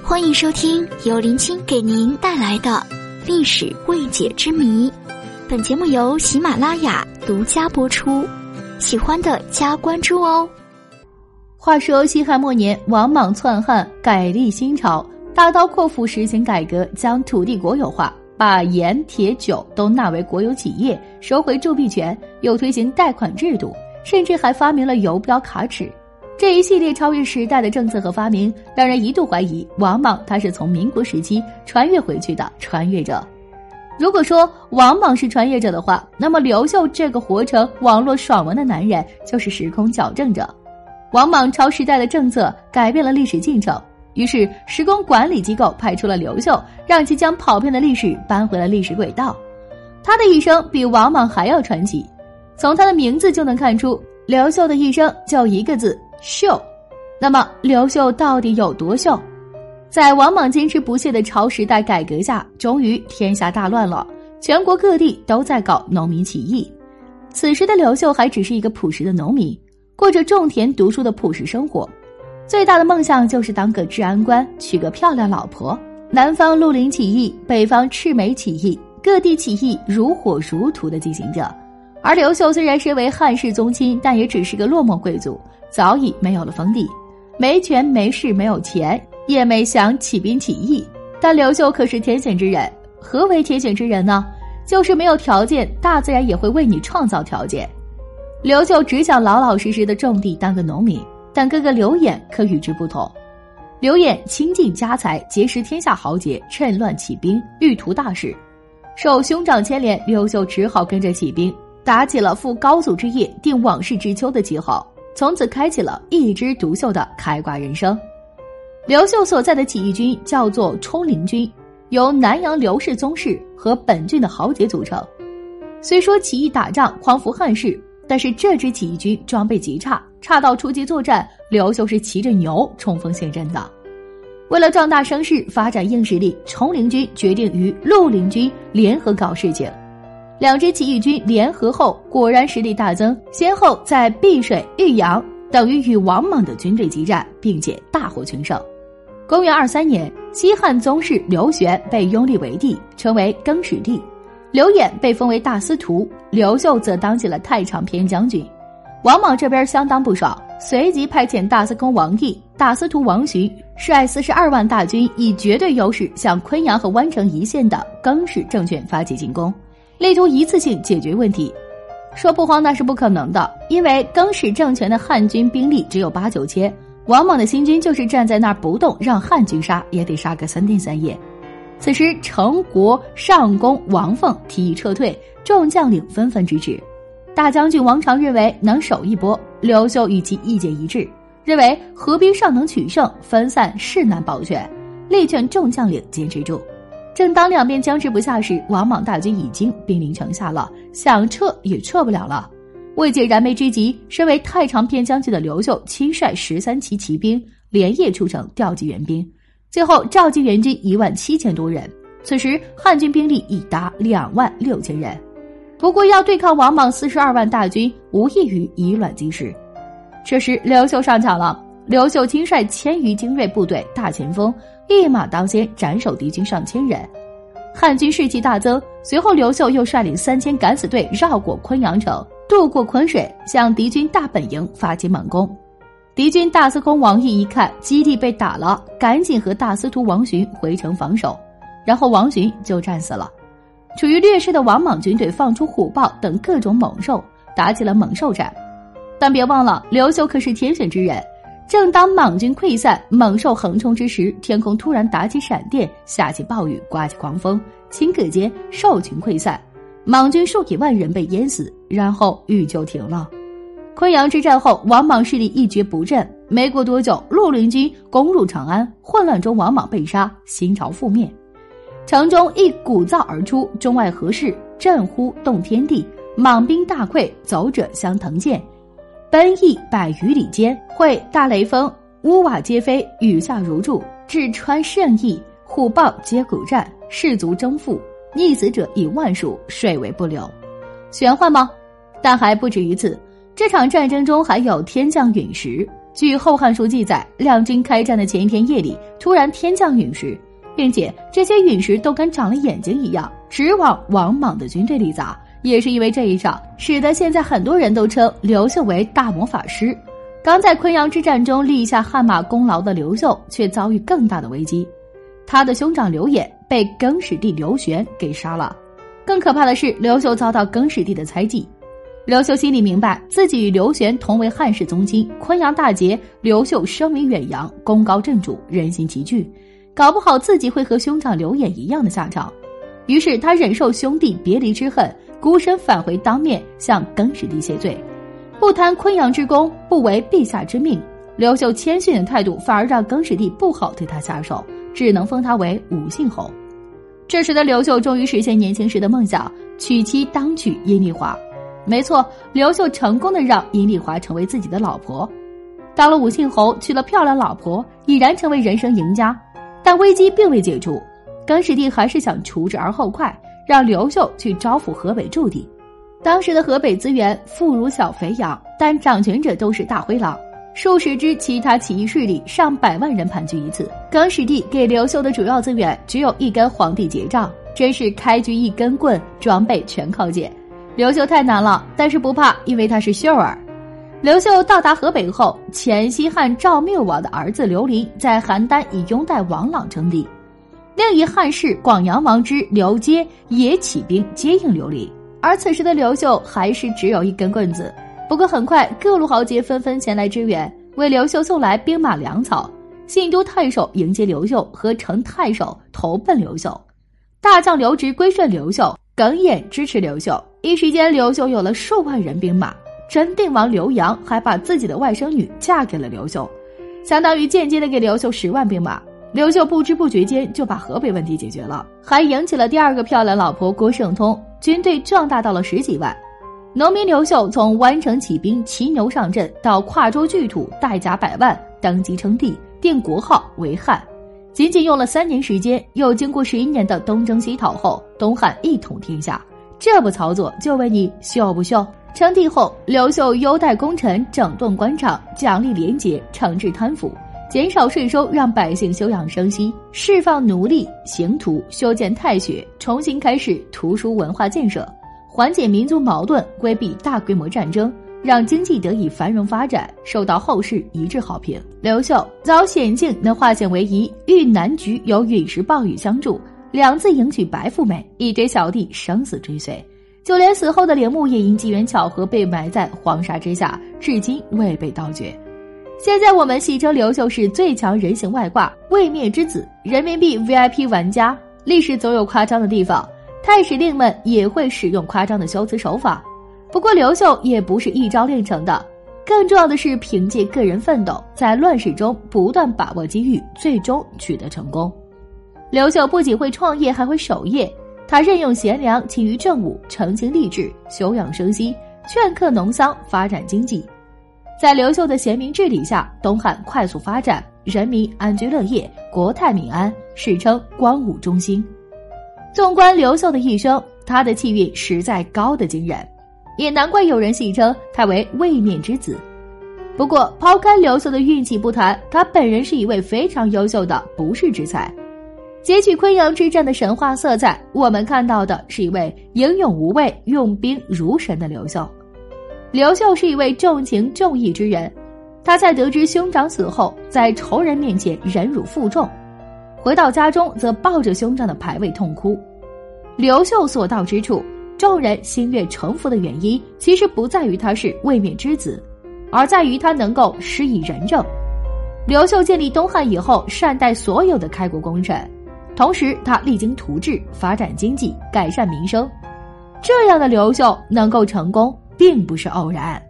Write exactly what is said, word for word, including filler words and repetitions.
欢迎收听由林青给您带来的历史未解之谜。本节目由喜马拉雅独家播出，喜欢的加关注哦。 话说西汉末年，王莽篡汉，改立新朝，大刀阔斧实行改革，将土地国有化，把盐、铁、酒都纳为国有企业，收回铸币权，又推行贷款制度，甚至还发明了游标卡尺。这一系列超越时代的政策和发明，让人一度怀疑王莽他是从民国时期穿越回去的穿越者。如果说王莽是穿越者的话，那么刘秀这个活成网络爽文的男人就是时空矫正者。王莽超时代的政策改变了历史进程，于是时空管理机构派出了刘秀，让其将跑偏的历史搬回了历史轨道。他的一生比王莽还要传奇，从他的名字就能看出，刘秀的一生就一个字，秀。那么刘秀到底有多秀？在王莽坚持不懈的超时代改革下，终于天下大乱了，全国各地都在搞农民起义。此时的刘秀还只是一个朴实的农民，过着种田读书的朴实生活，最大的梦想就是当个治安官，娶个漂亮老婆。南方绿林起义，北方赤眉起义，各地起义如火如荼地进行着。而刘秀虽然身为汉室宗亲，但也只是个落寞贵族，早已没有了封地，没权没势没有钱，也没想起兵起义。但刘秀可是天选之人。何为天选之人呢？就是没有条件，大自然也会为你创造条件。刘秀只想老老实实的种地当个农民，但哥哥刘演可与之不同。刘演倾尽家财，结识天下豪杰，趁乱起兵，欲图大事。受兄长牵连，刘秀只好跟着起兵，打起了赴高祖之业，定往事之秋的旗号，从此开启了一枝独秀的开挂人生。刘秀所在的起义军叫做冲灵军，由南阳刘氏宗室和本郡的豪杰组成。虽说起义打仗匡扶汉室，但是这支起义军装备极差，差到出击作战，刘秀是骑着牛冲锋陷阵的。为了壮大声势，发展硬实力，冲灵军决定与绿林军联合搞事情。两支起义军联合后，果然实力大增，先后在碧水、玉阳等于与王莽的军队激战，并且大获全胜。公元二三年，西汉宗室刘玄被拥立为帝，成为更始帝。刘演被封为大司徒，刘秀则当起了太常偏将军。王莽这边相当不爽，随即派遣大司空王毅、大司徒王寻率四十二万大军，以绝对优势向昆阳和湾城一线的更始政权发起进攻，力图一次性解决问题。说不慌那是不可能的，因为更始政权的汉军兵力只有八九千，王莽的新军就是站在那儿不动，让汉军杀也得杀个三天三夜。此时成国上公王凤提议撤退，众将领纷纷支持。大将军王常认为能守一波，刘秀与其意见一致，认为何必尚能取胜，分散势难保全，力劝众将领坚持住。正当两边僵持不下时，王莽大军已经兵临城下了，想撤也撤不了了。为解燃眉之急，身为太常偏将军的刘秀亲率十三骑骑兵连夜出城调集援兵，最后召集援军一万七千多人。此时汉军兵力已达两万六千人。不过要对抗王莽四十二万大军，无异于以卵击石。这时刘秀上场了，刘秀亲率千余精锐部队大前锋，一马当先，斩首敌军上千人。汉军士气大增，随后刘秀又率领三千敢死队绕过昆阳城，渡过昆水，向敌军大本营发起猛攻。敌军大司空王毅一看基地被打了，赶紧和大司徒王寻回城防守，然后王寻就战死了。处于劣势的王莽军队放出虎豹等各种猛兽，打起了猛兽战。但别忘了，刘秀可是天选之人。正当莽军溃散，猛兽横冲之时，天空突然打起闪电，下起暴雨，刮起狂风，顷刻间兽群溃散，莽军数以万人被淹死，然后雨就停了。昆阳之战后，王莽势力一蹶不振，没过多久，绿林军攻入长安，混乱中王莽被杀，新朝覆灭。城中一鼓噪而出，中外合势，震乎动天地，莽兵大溃，走者相腾见，奔逸百余里间，会大雷锋，屋瓦皆飞，雨下如注，至川甚异，虎豹皆鼓战，士卒征赴，溺死者以万数，水为不流。玄幻吗？但还不止于此，这场战争中还有天降陨石， 据《后汉书》记载，两军开战的前一天夜里，突然天降陨石，并且这些陨石都跟长了眼睛一样，直往王莽的军队里砸。也是因为这一仗，使得现在很多人都称刘秀为大魔法师。刚在昆阳之战中立下汗马功劳的刘秀，却遭遇更大的危机。他的兄长刘演被更始帝刘玄给杀了。更可怕的是，刘秀遭到更始帝的猜忌。刘秀心里明白，自己与刘玄同为汉室宗亲，昆阳大捷，刘秀声名远扬，功高震主，人心齐聚，搞不好自己会和兄长刘演一样的下场。于是他忍受兄弟别离之恨，孤身返回当面向更始帝谢罪，不贪昆阳之功，不违陛下之命。刘秀谦逊的态度反而让更始帝不好对他下手，只能封他为武信侯。这时的刘秀终于实现年轻时的梦想，娶妻当娶阴丽华。没错，刘秀成功的让阴丽华成为自己的老婆。当了武信侯，娶了漂亮老婆，已然成为人生赢家。但危机并未解除，更始帝还是想除之而后快，让刘秀去招抚河北驻地。当时的河北资源富如小肥羊，但掌权者都是大灰狼，数十支其他起义势力上百万人盘踞一次。更始帝给刘秀的主要资源只有一根皇帝结账，真是开局一根棍，装备全靠借。刘秀太难了，但是不怕，因为他是秀儿。刘秀到达河北后，前西汉赵缪王的儿子刘林在邯郸以拥戴王朗称帝，另一汉室广阳王之刘阶也起兵接应刘林。而此时的刘秀还是只有一根棍子。不过很快，各路豪杰纷纷前来支援，为刘秀送来兵马粮草。信都太守迎接刘秀，和成太守投奔刘秀，大将刘直归顺刘秀，耿弇支持刘秀。一时间，刘秀有了数万人兵马。真定王刘阳还把自己的外甥女嫁给了刘秀，相当于间接的给刘秀十万兵马。刘秀不知不觉间就把河北问题解决了，还迎娶了第二个漂亮老婆郭圣通，军队壮大到了十几万。农民刘秀从湾城起兵，骑牛上阵，到跨州聚土，带甲百万，登基称帝，定国号为汉。仅仅用了三年时间，又经过十一年的东征西讨后，东汉一统天下。这不操作，就问你秀不秀？称帝后，刘秀优待功臣，整顿官场，奖励廉洁，惩治贪腐，减少税收，让百姓休养生息，释放奴隶，刑徒，修建太学，重新开始图书文化建设，缓解民族矛盾，规避大规模战争，让经济得以繁荣发展，受到后世一致好评。刘秀遭险境能化险为夷，遇难局有陨石暴雨相助，两次迎娶白富美，一堆小弟生死追随。就连死后的陵墓也因机缘巧合被埋在黄沙之下，至今未被盗掘。现在我们戏称刘秀是最强人形外挂，位灭之子，人民币 V I P 玩家。历史总有夸张的地方，太史令们也会使用夸张的修辞手法。不过刘秀也不是一招练成的，更重要的是凭借个人奋斗，在乱世中不断把握机遇，最终取得成功。刘秀不仅会创业，还会守业。他任用贤良，勤于政务，澄清吏治，休养生息，劝课农桑，发展经济。在刘秀的贤明治理下，东汉快速发展，人民安居乐业，国泰民安，史称光武中兴。纵观刘秀的一生，他的气运实在高得惊人，也难怪有人戏称他为位面之子。不过抛开刘秀的运气不谈，他本人是一位非常优秀的不世之才。截取昆阳之战的神话色彩，我们看到的是一位英勇无畏、用兵如神的刘秀。刘秀是一位重情重义之人，他在得知兄长死后，在仇人面前忍辱负重，回到家中则抱着兄长的牌位痛哭。刘秀所到之处，众人心悦诚服的原因，其实不在于他是位面之子，而在于他能够施以仁政。刘秀建立东汉以后，善待所有的开国功臣，同时他励精图治，发展经济，改善民生。这样的刘秀能够成功，并不是偶然。